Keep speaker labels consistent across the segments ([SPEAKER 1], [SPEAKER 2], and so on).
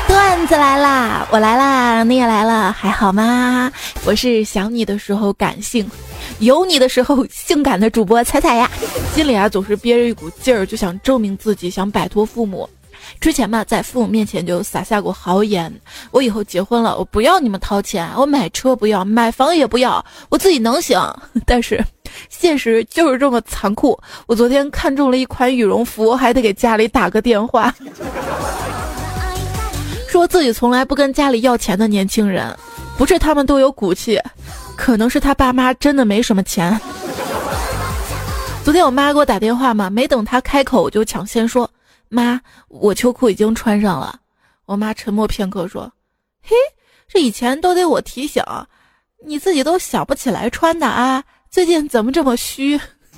[SPEAKER 1] 段子来啦，我来啦，你也来了，还好吗？我是想你的时候感性，有你的时候性感的主播彩彩呀。心里总是憋着一股劲儿，就想证明自己，想摆脱父母。之前嘛，在父母面前就撒下过豪言，我以后结婚了，我不要你们掏钱，我买车不要，买房也不要，我自己能行。但是现实就是这么残酷，我昨天看中了一款羽绒服，还得给家里打个电话。说自己从来不跟家里要钱的年轻人，不是他们都有骨气，可能是他爸妈真的没什么钱。昨天我妈给我打电话嘛，没等她开口，我就抢先说：“妈，我秋裤已经穿上了。”我妈沉默片刻说：“嘿，这以前都得我提醒，你自己都想不起来穿的啊？最近怎么这么虚？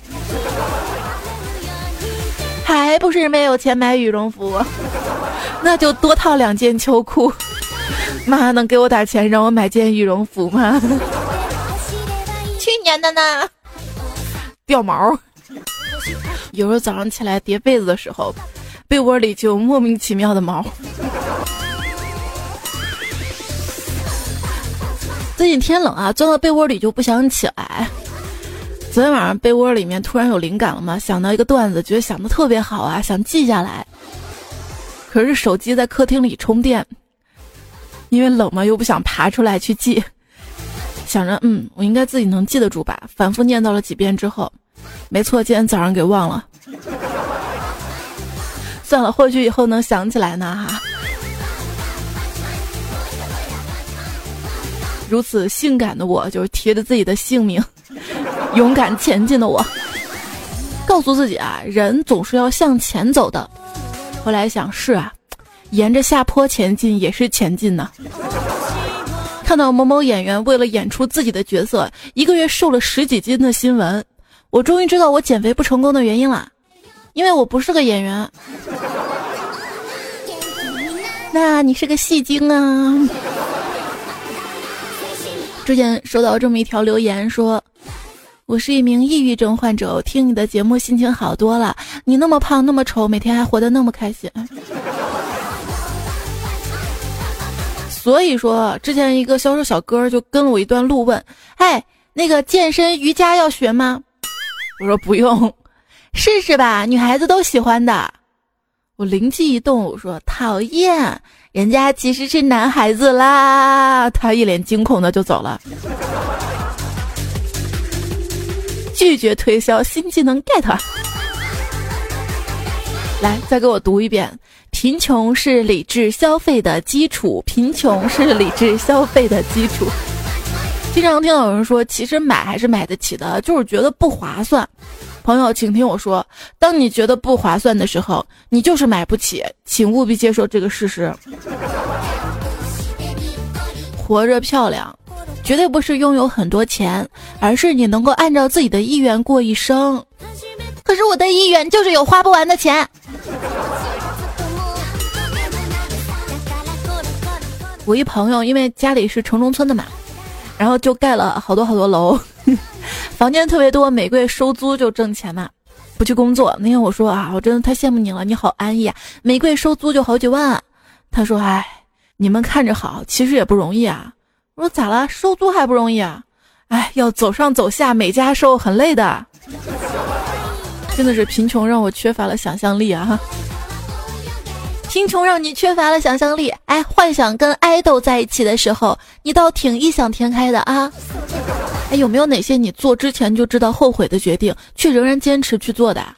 [SPEAKER 1] 还不是没有钱买羽绒服。”那就多套2件秋裤。妈能给我点钱让我买件羽绒服吗？去年的呢，掉毛。有时候早上起来叠被子的时候，被窝里就莫名其妙的毛。最近天冷啊，钻到被窝里就不想起来。昨天晚上被窝里面突然有灵感了嘛，想到一个段子，觉得想的特别好啊，想记下来。可是手机在客厅里充电，因为冷嘛，又不想爬出来去记，想着我应该自己能记得住吧，反复念叨了几遍之后，没错，今天早上给忘了。算了，或许以后能想起来呢哈。如此性感的我，就是提着自己的性命勇敢前进的我，告诉自己啊，人总是要向前走的。后来想，是啊，沿着下坡前进也是前进呢。看到某某演员为了演出自己的角色，1个月瘦了10几斤的新闻，我终于知道我减肥不成功的原因了，因为我不是个演员。那你是个戏精啊。之前收到这么一条留言说，我是一名抑郁症患者，我听你的节目心情好多了，你那么胖那么丑，每天还活得那么开心。所以说之前一个销售小哥就跟了我一段路，问哎，那个健身瑜伽要学吗？我说不用，试试吧，女孩子都喜欢的。我灵机一动，我说讨厌，人家其实是男孩子啦。他一脸惊恐的就走了。拒绝推销新技能 get。 来，再给我读一遍，贫穷是理智消费的基础，贫穷是理智消费的基础。经常听到有人说，其实买还是买得起的，就是觉得不划算。朋友请听我说，当你觉得不划算的时候，你就是买不起，请务必接受这个事实。活着漂亮绝对不是拥有很多钱，而是你能够按照自己的意愿过一生。可是我的意愿就是有花不完的钱。我一朋友因为家里是城中村的嘛，然后就盖了好多楼，房间特别多，每个月收租就挣钱嘛，不去工作。那天我说啊，我真的太羡慕你了，你好安逸啊，每个月收租就好几万。他说哎，你们看着好，其实也不容易啊。我说咋了？收租还不容易啊？哎，要走上走下，每家收很累的。真的是贫穷让我缺乏了想象力啊！贫穷让你缺乏了想象力。哎，幻想跟爱豆在一起的时候，你倒挺异想天开的啊！哎，有没有哪些你做之前就知道后悔的决定，却仍然坚持去做的？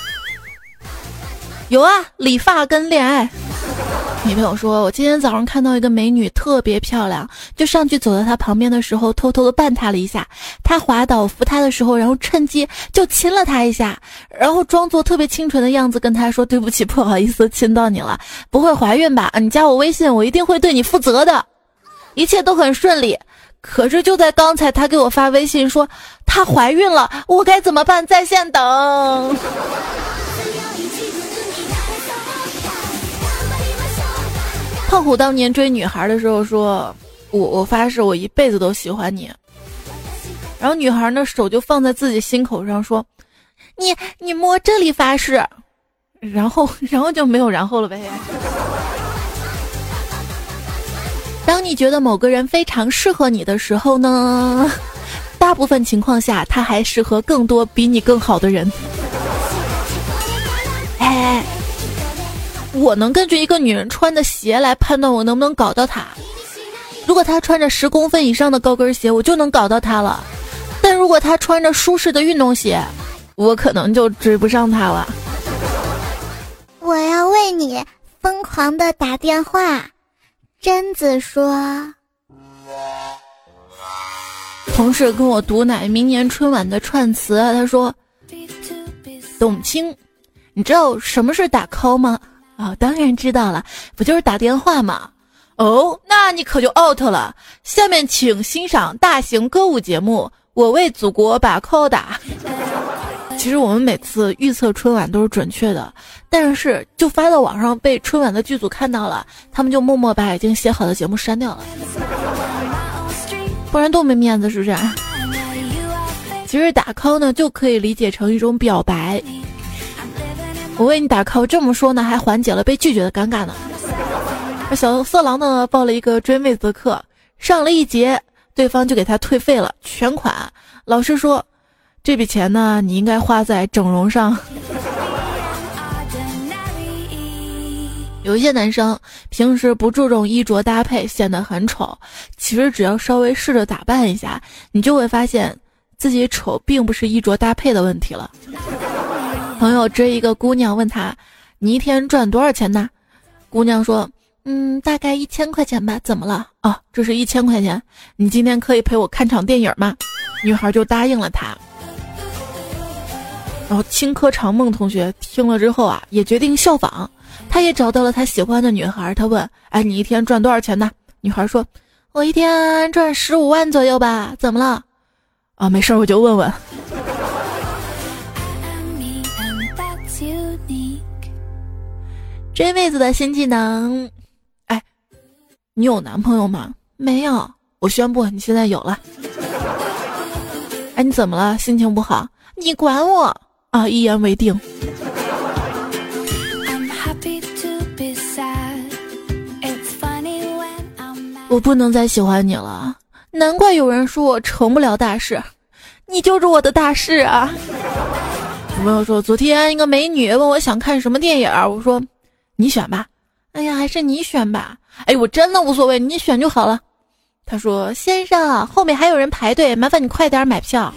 [SPEAKER 1] 有啊，理发跟恋爱。女朋友说，我今天早上看到一个美女特别漂亮，就上去走到她旁边的时候，偷偷的绊她了一下。她滑倒扶她的时候，然后趁机就亲了她一下，然后装作特别清纯的样子跟她说，对不起，不好意思亲到你了，不会怀孕吧？你加我微信，我一定会对你负责的。一切都很顺利。可是就在刚才，她给我发微信说她怀孕了，我该怎么办？在线等。胖虎当年追女孩的时候说，我发誓我一辈子都喜欢你。然后女孩呢手就放在自己心口上说，你摸这里发誓。然后就没有然后了呗。 当你觉得某个人非常适合你的时候呢，大部分情况下他还适合更多比你更好的人。哎，我能根据一个女人穿的鞋来判断我能不能搞到她。如果她穿着10公分以上的高跟鞋，我就能搞到她了。但如果她穿着舒适的运动鞋，我可能就追不上她了。
[SPEAKER 2] 我要为你疯狂的打电话。贞子说，
[SPEAKER 1] 同事跟我毒奶明年春晚的串词，他说，董卿，你知道什么是打 call 吗？哦，当然知道了，不就是打电话吗？哦，那你可就 out 了。下面请欣赏大型歌舞节目《我为祖国把 call 打》。其实我们每次预测春晚都是准确的，但是就发到网上被春晚的剧组看到了，他们就默默把已经写好的节目删掉了，不然多没面子是不是？其实打 call 呢就可以理解成一种表白，我为你打 call 这么说呢，还缓解了被拒绝的尴尬呢。小色狼呢报了一个追妹子的课，上了一节，对方就给他退费了全款。老师说，这笔钱呢你应该花在整容上。有一些男生平时不注重衣着搭配，显得很丑，其实只要稍微试着打扮一下，你就会发现自己丑并不是衣着搭配的问题了。朋友追一个姑娘，问她，你一天赚多少钱呢？姑娘说，大概1000块钱吧。怎么了？哦，这是1000块钱，你今天可以陪我看场电影吗？女孩就答应了他。然后青稞长梦同学听了之后啊，也决定效仿，他也找到了他喜欢的女孩，他问，哎，你一天赚多少钱呢？女孩说，我一天赚15万左右吧。怎么了？啊，没事，我就问问。追妹子的新技能。哎，你有男朋友吗？没有。我宣布你现在有了。哎，你怎么了？心情不好？你管我啊！一言为定。我不能再喜欢你了，难怪有人说我成不了大事，你就是我的大事啊！有朋友说，昨天一个美女问我想看什么电影，我说你选吧。哎呀，还是你选吧。哎，我真的无所谓，你选就好了。他说，先生，后面还有人排队，麻烦你快点买票。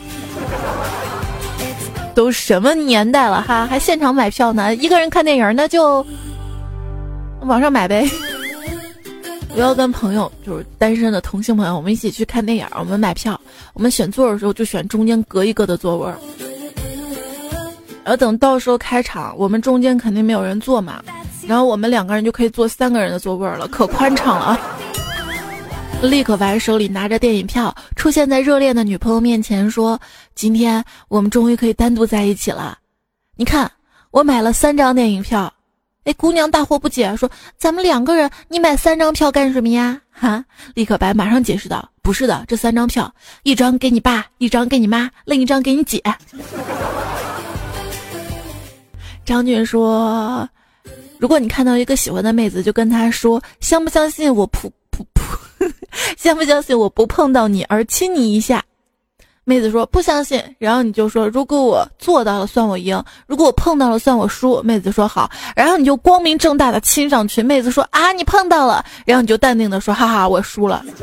[SPEAKER 1] 都什么年代了哈，还现场买票呢？一个人看电影那就网上买呗。我要跟朋友，就是单身的同性朋友，我们一起去看电影，我们买票，我们选座的时候就选中间隔一个的座位，然后等到时候开场，我们中间肯定没有人坐嘛，然后我们2个人就可以坐3个人的座位了，可宽敞了。立可白手里拿着电影票出现在热恋的女朋友面前，说，今天我们终于可以单独在一起了，你看我买了3张电影票。哎，姑娘大惑不解，说，咱们2个人你买3张票干什么呀？哈，立可白马上解释道，不是的，这3张票，一张给你爸，一张给你妈，另一张给你姐。张俊说，如果你看到一个喜欢的妹子，就跟她说，相不相信我相不相信我不碰到你而亲你一下？妹子说不相信，然后你就说，如果我做到了算我赢，如果我碰到了算我输。妹子说好，然后你就光明正大的亲上去。妹子说啊，你碰到了，然后你就淡定的说，哈哈，我输了。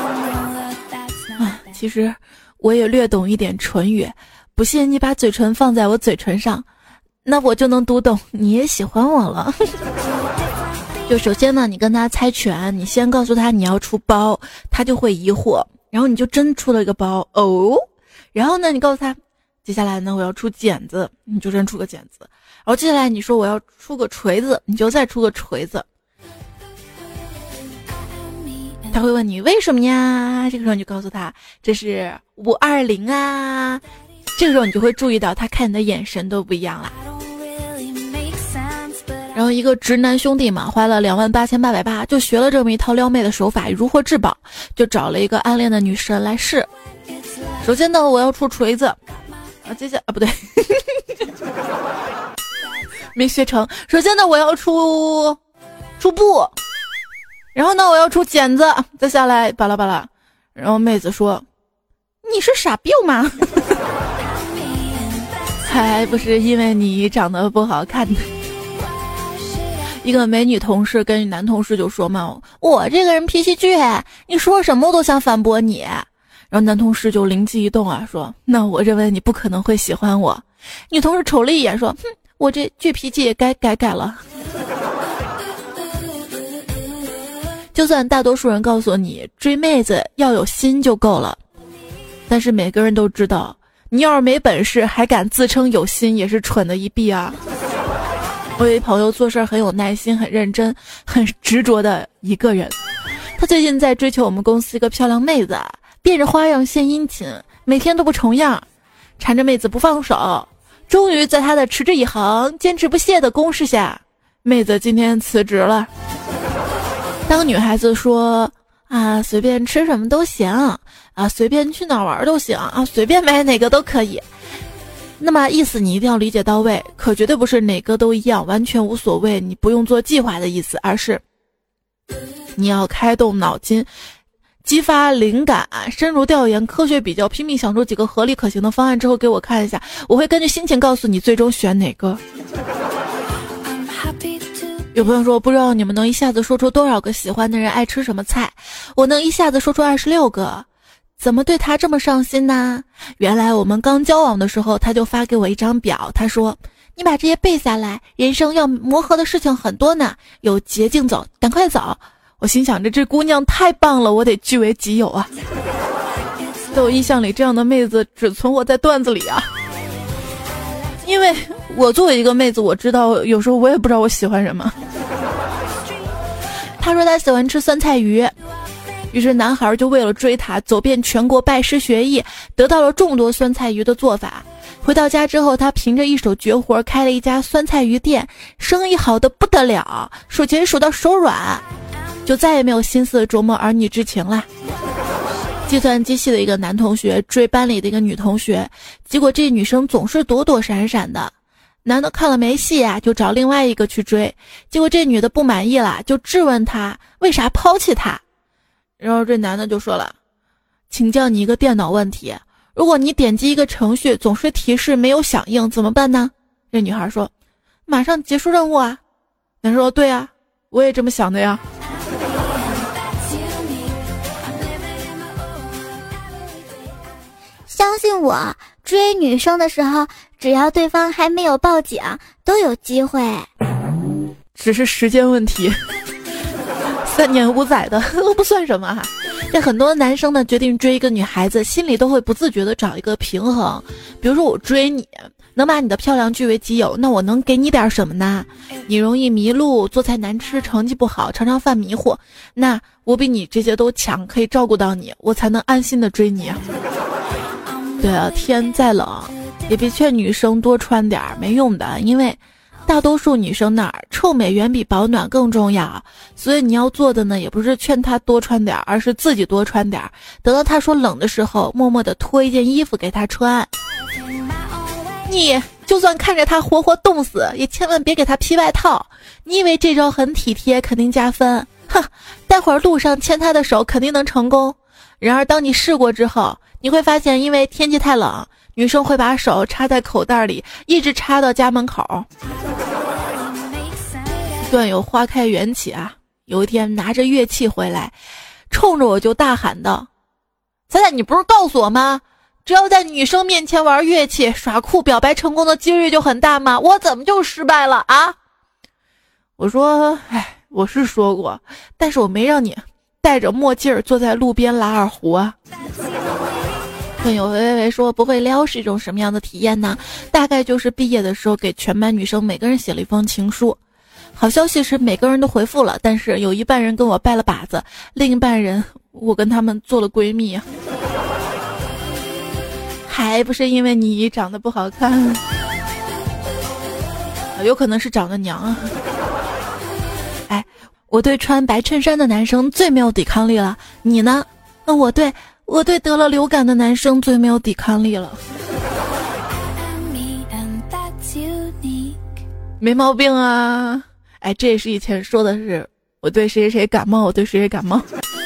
[SPEAKER 1] 其实我也略懂一点唇语，不信你把嘴唇放在我嘴唇上，那我就能读懂你也喜欢我了。就首先呢，你跟他猜拳，你先告诉他你要出包，他就会疑惑，然后你就真出了一个包哦，然后呢你告诉他，接下来呢我要出剪子，你就真出个剪子，然后接下来你说我要出个锤子，你就再出个锤子。他会问你为什么呀，这个时候你就告诉他这是520啊，这个时候你就会注意到他看你的眼神都不一样了。然后一个直男兄弟嘛，花了28880，就学了这么一套撩妹的手法，如获至宝，就找了一个暗恋的女神来试。首先呢，我要出锤子，接下不对，没学成。首先呢，我要出布， 然后呢，我要出剪子，再下来巴拉巴拉。然后妹子说：“你是傻逼吗？”还不是因为你长得不好看。一个美女同事跟男同事就说嘛：“我这个人脾气倔，你说什么我都想反驳你。”然后男同事就灵机一动啊，说：“那我认为你不可能会喜欢我。”女同事瞅了一眼说：“哼，我这倔脾气也该改了。”就算大多数人告诉你追妹子要有心就够了，但是每个人都知道，你要是没本事还敢自称有心，也是蠢的一逼啊。我有一朋友做事很有耐心、很认真、很执着的一个人，他最近在追求我们公司一个漂亮妹子，变着花样献殷勤，每天都不重样，缠着妹子不放手。终于在他的持之以恒、坚持不懈的攻势下，妹子今天辞职了。当女孩子说啊，随便吃什么都行啊，随便去哪儿玩都行啊，随便买哪个都可以，那么意思你一定要理解到位，可绝对不是哪个都一样，完全无所谓，你不用做计划的意思，而是你要开动脑筋，激发灵感，深入调研，科学比较，拼命想出几个合理可行的方案之后给我看一下，我会根据心情告诉你最终选哪个。有朋友说，不知道你们能一下子说出多少个喜欢的人爱吃什么菜，我能一下子说出26个。怎么对他这么上心呢？原来我们刚交往的时候，他就发给我一张表，他说：“你把这些背下来，人生要磨合的事情很多呢，有捷径走，赶快走。”我心想着这姑娘太棒了，我得据为己有啊。在我印象里，这样的妹子只存活在段子里啊。因为我作为一个妹子，我知道有时候我也不知道我喜欢什么。他说他喜欢吃酸菜鱼，于是男孩就为了追她走遍全国拜师学艺，得到了众多酸菜鱼的做法。回到家之后，他凭着一手绝活开了一家酸菜鱼店，生意好的不得了，数钱数到手软，就再也没有心思琢磨儿女之情了。计算机系的一个男同学追班里的一个女同学，结果这女生总是躲躲闪闪的，男的看了没戏啊，就找另外一个去追，结果这女的不满意了，就质问他为啥抛弃他。然后这男的就说了：“请教你一个电脑问题，如果你点击一个程序总是提示没有响应怎么办呢？”这女孩说：“马上结束任务啊。”男生说：“对啊，我也这么想的呀。”
[SPEAKER 2] 相信我，追女生的时候，只要对方还没有报警，都有机会。
[SPEAKER 1] 只是时间问题，3年5载的都不算什么哈。这很多男生呢，决定追一个女孩子，心里都会不自觉的找一个平衡。比如说我追你，能把你的漂亮据为己有，那我能给你点什么呢？你容易迷路，做菜难吃，成绩不好，常常犯迷糊，那我比你这些都强，可以照顾到你，我才能安心的追你啊。对啊，天再冷也别劝女生多穿点儿，没用的，因为大多数女生那儿臭美远比保暖更重要，所以你要做的呢，也不是劝她多穿点儿，而是自己多穿点儿。等到她说冷的时候，默默地脱一件衣服给她穿。你就算看着她活活冻死，也千万别给她披外套。你以为这招很体贴，肯定加分？哼，待会儿路上牵她的手肯定能成功。然而当你试过之后，你会发现，因为天气太冷，女生会把手插在口袋里，一直插到家门口。段友花开缘起啊，有一天拿着乐器回来，冲着我就大喊道：“彩彩，你不是告诉我吗？只要在女生面前玩乐器耍酷，表白成功的几率就很大吗？我怎么就失败了啊？”我说：“我是说过，但是我没让你戴着墨镜儿坐在路边拉二胡啊。”段友微说：“不会撩是一种什么样的体验呢？大概就是毕业的时候给全班女生每个人写了一封情书。好消息是每个人都回复了，但是有一半人跟我拜了把子，另一半人我跟他们做了闺蜜啊。还不是因为你长得不好看，有可能是长得娘啊。我对穿白衬衫的男生最没有抵抗力了，你呢？我对得了流感的男生最没有抵抗力了。没毛病啊。这也是以前说的是我对谁谁感冒，我对谁谁感冒。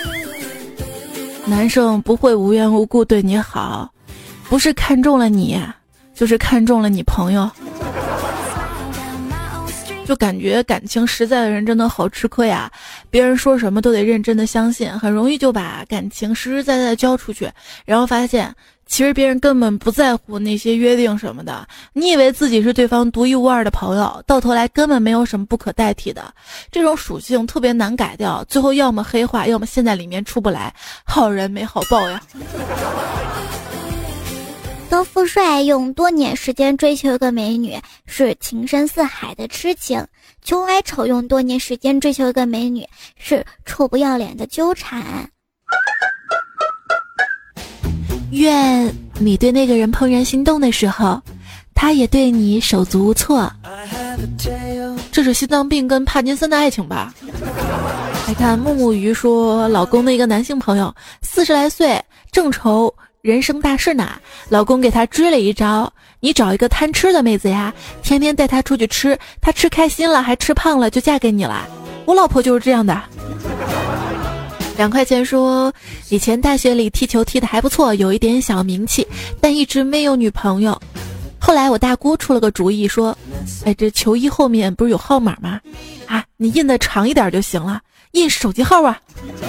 [SPEAKER 1] 男生不会无缘无故对你好，不是看中了你，就是看中了你朋友。就感觉感情实在的人真的好吃亏啊，别人说什么都得认真的相信，很容易就把感情实实在在的交出去，然后发现其实别人根本不在乎那些约定什么的，你以为自己是对方独一无二的朋友，到头来根本没有什么不可代替的。这种属性特别难改掉，最后要么黑化，要么陷在里面出不来，好人没好报呀。
[SPEAKER 2] 高富帅用多年时间追求一个美女是情深似海的痴情，穷矮丑用多年时间追求一个美女是臭不要脸的纠缠。
[SPEAKER 1] 愿你对那个人怦然心动的时候，他也对你手足无措。这是心脏病跟帕金森的爱情吧？来看木木鱼说，老公的一个男性朋友40来岁，正愁人生大事呢，老公给他支了一招，你找一个贪吃的妹子呀，天天带她出去吃，她吃开心了还吃胖了就嫁给你了。我老婆就是这样的。2块钱说，以前大学里踢球踢得还不错，有一点小名气，但一直没有女朋友。后来我大姑出了个主意说，这球衣后面不是有号码吗？你印的长一点就行了，印手机号啊。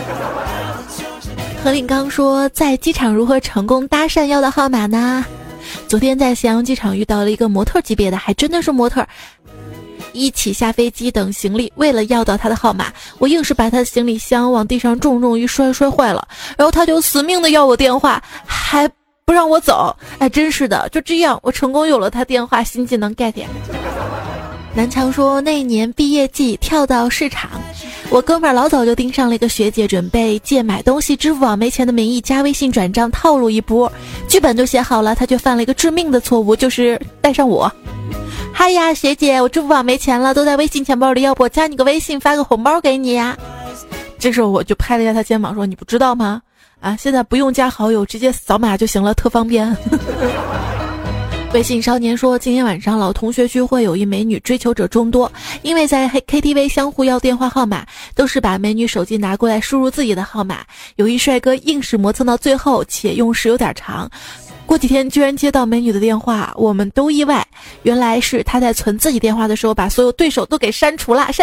[SPEAKER 1] 何领刚说，在机场如何成功搭讪要到号码呢？昨天在咸阳机场遇到了一个模特级别的，还真的是模特，一起下飞机等行李，为了要到他的号码，我硬是把他的行李箱往地上重重一摔，摔坏了，然后他就死命的要我电话，还不让我走。真是的，就这样我成功有了他电话，新技能 get。 南强说，那一年毕业季跳到市场，我哥们儿老早就盯上了一个学姐，准备借买东西支付宝没钱的名义加微信转账套路一波，剧本都写好了，他却犯了一个致命的错误，就是带上我。嗨呀学姐，我支付宝没钱了，都在微信钱包里，要不我加你个微信发个红包给你呀？这时候我就拍了一下他肩膀说，你不知道吗？现在不用加好友，直接扫码就行了，特方便。微信少年说，今天晚上老同学聚会，有一美女追求者众多，因为在 KTV 相互要电话号码，都是把美女手机拿过来输入自己的号码，有一帅哥硬是磨蹭到最后，且用时有点长，过几天居然接到美女的电话，我们都意外，原来是他在存自己电话的时候把所有对手都给删除了。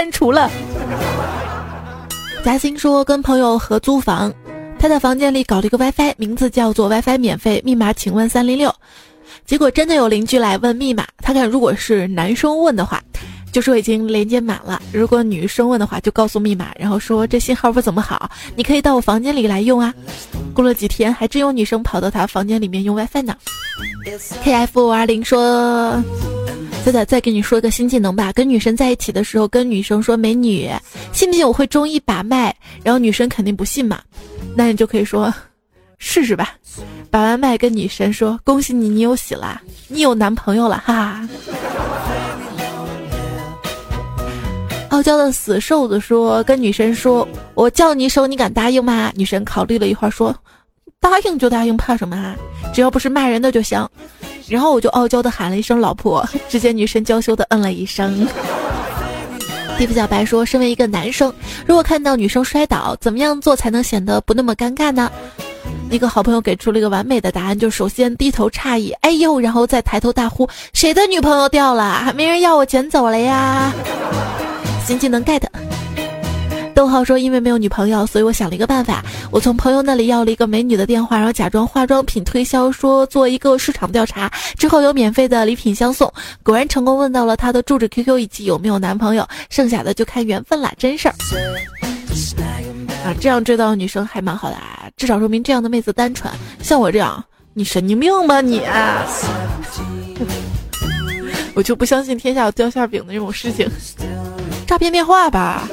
[SPEAKER 1] 嘉欣说，跟朋友合租房，他在房间里搞了一个 WiFi， 名字叫做 WiFi 免费，密码请问306。结果真的有邻居来问密码，他看如果是男生问的话，就说已经连接满了，如果女生问的话就告诉密码，然后说这信号不怎么好，你可以到我房间里来用啊。过了几天还真有女生跑到他房间里面用 WiFi 呢。 KF520 说，再跟你说一个新技能吧，跟女生在一起的时候跟女生说，美女信不信我会中一把脉，然后女生肯定不信嘛，那你就可以说试试吧，把完麦跟女神说，恭喜你，你有喜啦，你有男朋友了，哈哈。傲娇的死瘦子说，跟女神说，我叫你手，你敢答应吗？女神考虑了一会儿说，答应就答应，怕什么啊？只要不是骂人的就行。然后我就傲娇的喊了一声老婆，只见女神娇羞的嗯了一声。地府小白说，身为一个男生，如果看到女生摔倒，怎么样做才能显得不那么尴尬呢？一个好朋友给出了一个完美的答案，就首先低头诧异，哎呦，然后再抬头大呼，谁的女朋友掉了？还没人要我捡走了呀。新技能 get。 逗号说，因为没有女朋友，所以我想了一个办法，我从朋友那里要了一个美女的电话，然后假装化妆品推销，说做一个市场调查，之后有免费的礼品相送，果然成功问到了她的住址 QQ 以及有没有男朋友，剩下的就看缘分啦，真事儿这样追到女生还蛮好的啊，至少说明这样的妹子单纯，像我这样，你神经病吧你我就不相信天下有掉馅饼的这种事情，诈骗电话吧。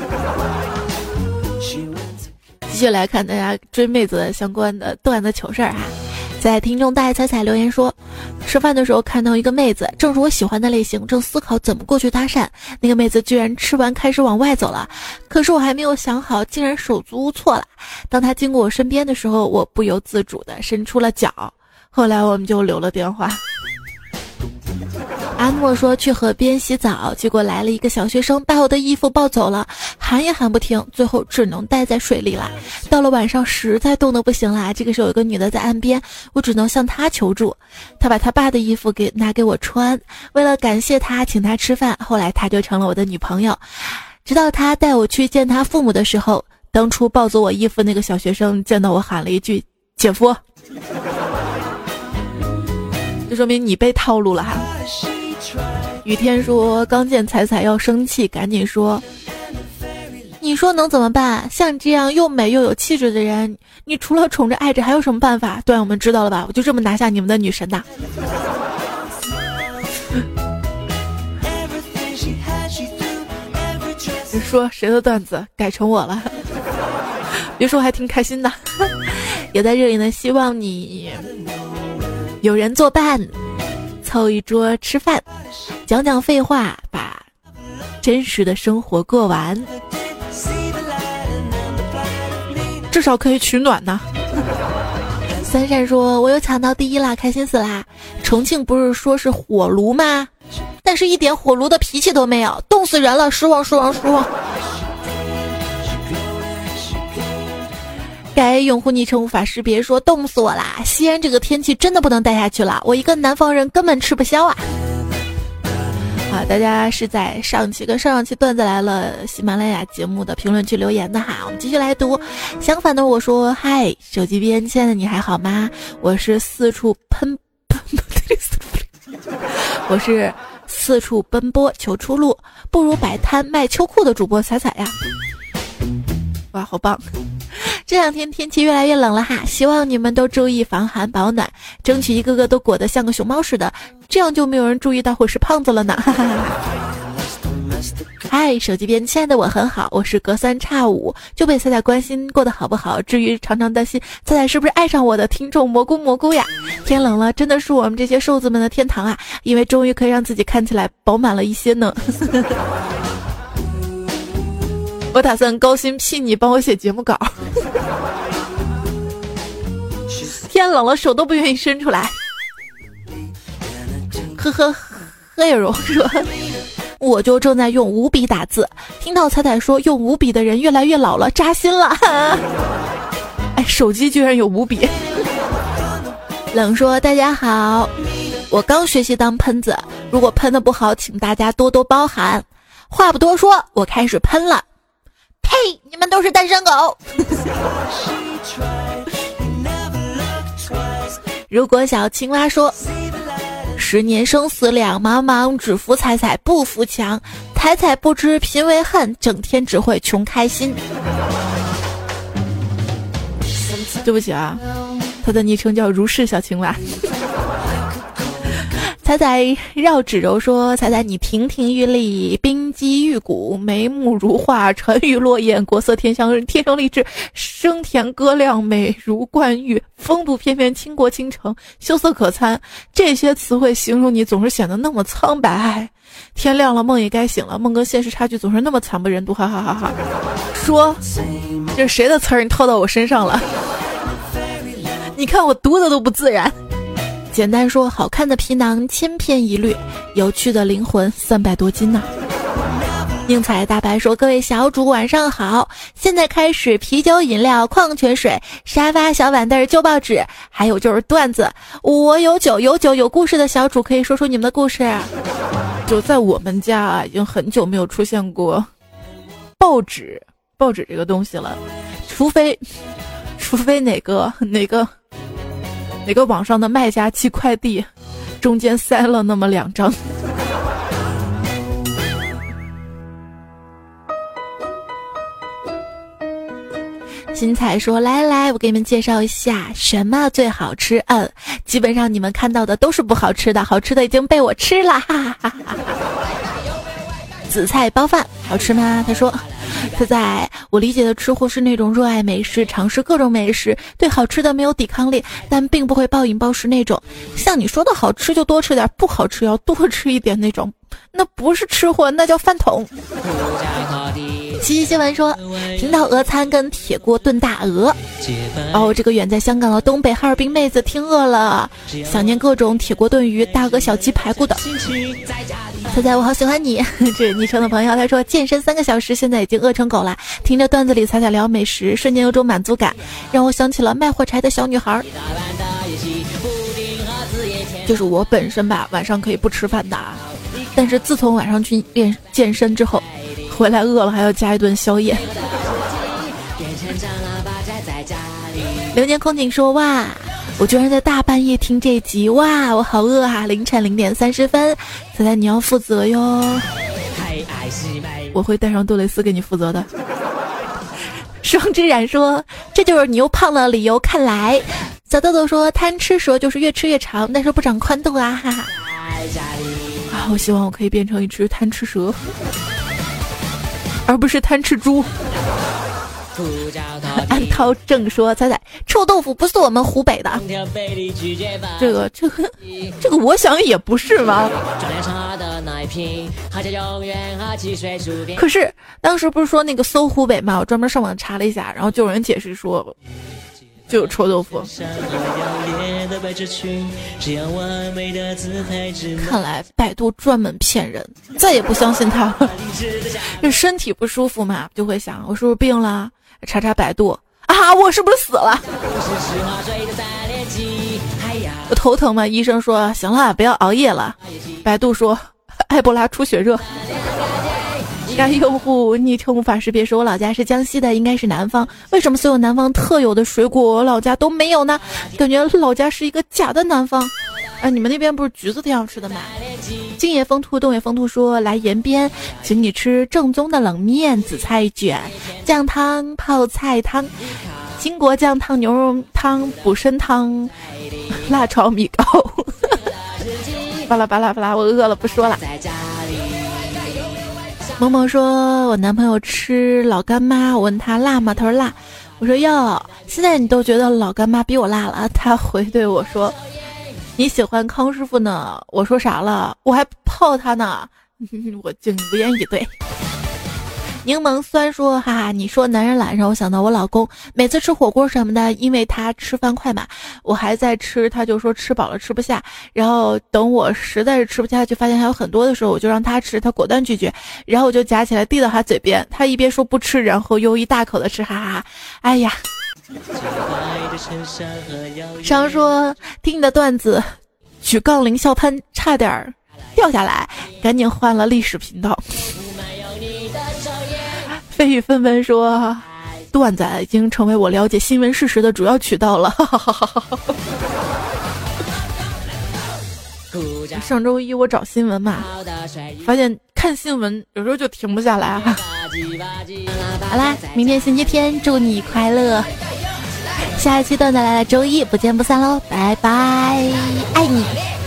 [SPEAKER 1] 继续来看大家追妹子相关的段子糗事儿在听众大爱彩彩留言说，吃饭的时候看到一个妹子，正是我喜欢的类型，正思考怎么过去搭讪，那个妹子居然吃完开始往外走了，可是我还没有想好，竟然手足无措了。当她经过我身边的时候，我不由自主地伸出了脚，后来我们就留了电话。 阿诺说去河边洗澡，结果来了一个小学生，把我的衣服抱走了，喊也喊不停，最后只能待在水里了。到了晚上实在冻得不行啦，这个时候有个女的在岸边，我只能向她求助。她把她爸的衣服拿给我穿，为了感谢她请她吃饭，后来她就成了我的女朋友。直到她带我去见她父母的时候，当初抱走我衣服那个小学生见到我喊了一句姐夫，就说明你被套路了哈。雨天说刚见彩彩要生气，赶紧说你说能怎么办？像这样又美又有气质的人，你除了宠着爱着还有什么办法？对，我们知道了吧？我就这么拿下你们的女神的。你说谁的段子改成我了？别说我还挺开心的。也在这里呢，希望你有人作伴，凑一桌吃饭，讲讲废话，把真实的生活过完，至少可以取暖呢。三善说我又抢到第一啦，开心死啦。重庆不是说是火炉吗？但是一点火炉的脾气都没有，冻死人了，失望。该用户昵称无法识别说冻死我啦，西安这个天气真的不能待下去了，我一个南方人根本吃不消啊。大家是在上期跟上期段子来了喜马拉雅节目的评论区留言的哈，我们继续来读。相反的我说嗨，手机边亲爱的你还好吗？我是四处奔波求出路，不如摆摊卖秋裤的主播彩彩呀。哇，好棒！这两天天气越来越冷了哈，希望你们都注意防寒保暖，争取一个个都裹得像个熊猫似的，这样就没有人注意到我是胖子了呢。嗨，手机边亲爱的我很好，我是隔三差五就被彩彩关心过得好不好，至于常常担心彩彩是不是爱上我的听众蘑菇呀。天冷了，真的是我们这些瘦子们的天堂啊，因为终于可以让自己看起来饱满了一些呢。我打算高薪聘你帮我写节目稿。天冷了，手都不愿意伸出来。黑柔说我就正在用五笔打字，听到彩彩说用五笔的人越来越老了，扎心了。哎，手机居然有五笔。冷说大家好，我刚学习当喷子，如果喷的不好请大家多多包涵。话不多说，我开始喷了。呸！你们都是单身狗。如果小青蛙说10年生死两茫茫，只服彩彩不服强，彩彩不知贫为恨，整天只会穷开心。对不起啊，他的昵称叫如是小青蛙。彩彩绕指柔说彩彩你亭亭玉立，冰肌玉骨，眉目如画，沉鱼落雁，国色天香，天生丽质，声甜歌亮，美如冠玉，风度翩翩，倾国倾城，羞涩可餐，这些词汇形容你总是显得那么苍白。天亮了梦也该醒了，梦跟现实差距总是那么惨不忍睹，哈哈哈哈。说这是谁的词儿你套到我身上了？你看我读的都不自然。简单说，好看的皮囊千篇一律，有趣的灵魂300多斤呢。宁采大白说各位小主晚上好，现在开始啤酒饮料矿泉水沙发小板凳旧报纸，还有就是段子，我有酒有故事的小主可以说说你们的故事。就在我们家啊，已经很久没有出现过报纸这个东西了，除非哪个网上的卖家寄快递中间塞了那么2张。新彩说来我给你们介绍一下什么最好吃。基本上你们看到的都是不好吃的，好吃的已经被我吃了，哈哈哈哈。紫菜包饭好吃吗？他说我理解的吃货是那种热爱美食，尝试各种美食，对好吃的没有抵抗力，但并不会暴饮暴食那种。像你说的好吃就多吃点，不好吃要多吃一点那种，那不是吃货，那叫饭桶。 西新闻说，听到俄餐跟铁锅炖大鹅。这个远在香港的东北哈尔滨妹子听饿了，想念各种铁锅炖鱼、大鹅小鸡排骨的。猜猜我好喜欢你，这是昵称的朋友，他说健身3个小时，现在已经饿成狗了。听着段子里彩彩聊美食，瞬间有种满足感，让我想起了卖火柴的小女孩。就是我本身吧，晚上可以不吃饭的，但是自从晚上去练健身之后，回来饿了还要加一顿宵夜。流年空景说，哇，我居然在大半夜听这集，哇，我好饿啊！凌晨0点30分，猜猜你要负责哟，我会带上杜蕾斯给你负责的。双之染说，这就是你又胖了理由，看来。小豆豆说，贪吃蛇就是越吃越长，但是不长宽度啊，哈哈。我希望我可以变成一只贪吃蛇，而不是贪吃猪。安涛正说，彩彩，臭豆腐不是我们湖北的。这个我想也不是吧。可是当时不是说那个搜湖北嘛，我专门上网查了一下，然后就有人解释说就有臭豆腐。看来百度专门骗人，再也不相信他了。这身体不舒服嘛，就会想我是不是病了，查查百度啊，我是不是死了？我头疼嘛，医生说行了，不要熬夜了。百度说埃博拉出血热。该用户昵称无法识别，说我老家是江西的，应该是南方，为什么所有南方特有的水果我老家都没有呢？感觉老家是一个假的南方。你们那边不是橘子挺好吃的吗？今野风兔东野风兔说，来延边请你吃正宗的冷面、紫菜卷、酱汤、泡菜汤、金国酱汤、牛肉汤、补参汤、辣炒米糕。巴拉巴拉巴拉，我饿了不说了。萌萌说，我男朋友吃老干妈，我问他辣吗？他说辣。我说哟，现在你都觉得老干妈比我辣了？他回对我说，你喜欢康师傅呢？我说啥了？我还泡他呢。我竟无言以对。柠檬酸说，哈哈，你说男人懒，让我想到我老公，每次吃火锅什么的，因为他吃饭快嘛，我还在吃，他就说吃饱了吃不下，然后等我实在是吃不下去，发现还有很多的时候，我就让他吃，他果断拒绝，然后我就夹起来递到他嘴边，他一边说不吃，然后又一大口的吃，哈哈哈。哎呀，常说听你的段子举杠铃笑喷差点掉下来，赶紧换了历史频道。飞雨纷纷说，段子已经成为我了解新闻事实的主要渠道了。上周一我找新闻嘛，发现看新闻有时候就停不下来啊。好啦，明天星期天，祝你快乐。下一期段子来了，周一不见不散喽，拜拜，爱你。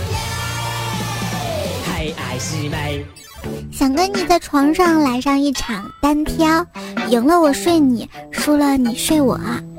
[SPEAKER 2] 想跟你在床上来上一场单挑，赢了我睡你，输了你睡我。